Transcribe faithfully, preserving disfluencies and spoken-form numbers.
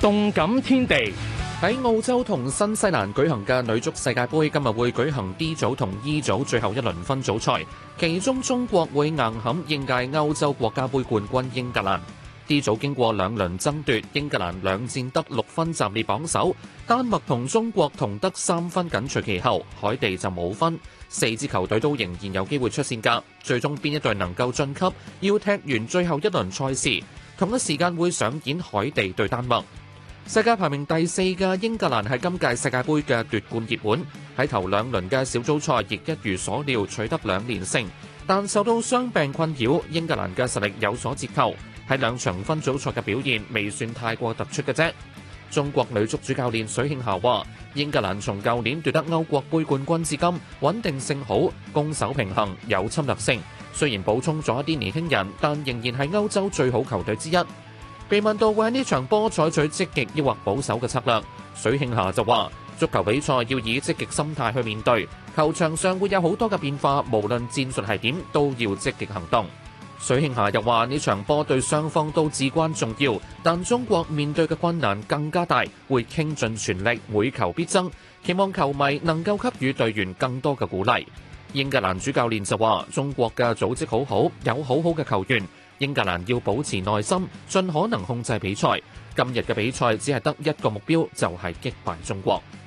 動感天地。 喺澳洲同新西蘭舉行嘅女足世界盃，今日會舉行 D 組同 E 組最後一輪分組賽，其中中國會硬撼應屆歐洲國家盃冠軍英格蘭。D 組經過兩輪爭奪，英格蘭兩戰得六分暫列榜首，丹麥同中國同得三分緊隨其後，海地就冇分。四支球隊都仍然有機會出線㗎，最終邊一隊能夠晉級，要踢完最後一輪賽事。同一時間會上演海地對丹麥。世界排名第四嘅英格蘭係今屆世界盃嘅奪冠熱門，喺頭兩輪嘅小組賽亦一如所料取得兩連勝，但受到傷病困擾，英格蘭嘅實力有所折扣，喺兩場分組賽嘅表現未算太過突出嘅啫。中國女足主教練水慶霞話：英格蘭從舊年奪得歐國盃冠軍至今，穩定性好，攻守平衡，有侵略性。雖然補充咗一啲年輕人，但仍然係歐洲最好球隊之一。被問到會喺呢場波採取積極抑或保守嘅策略，水慶霞就話：足球比賽要以積極心態去面對，球場上會有好多嘅變化，無論戰術係點，都要積極行動。水慶霞又話：呢場波對雙方都至關重要，但中國面對嘅困難更加大，會傾盡全力，每球必爭，期望球迷能夠給予隊員更多嘅鼓勵。英格蘭主教練就話：中國嘅組織好好，有好好嘅球員。英格蘭要保持耐心，盡可能控制比賽。今日嘅比賽只係得一個目標，就係擊敗中國。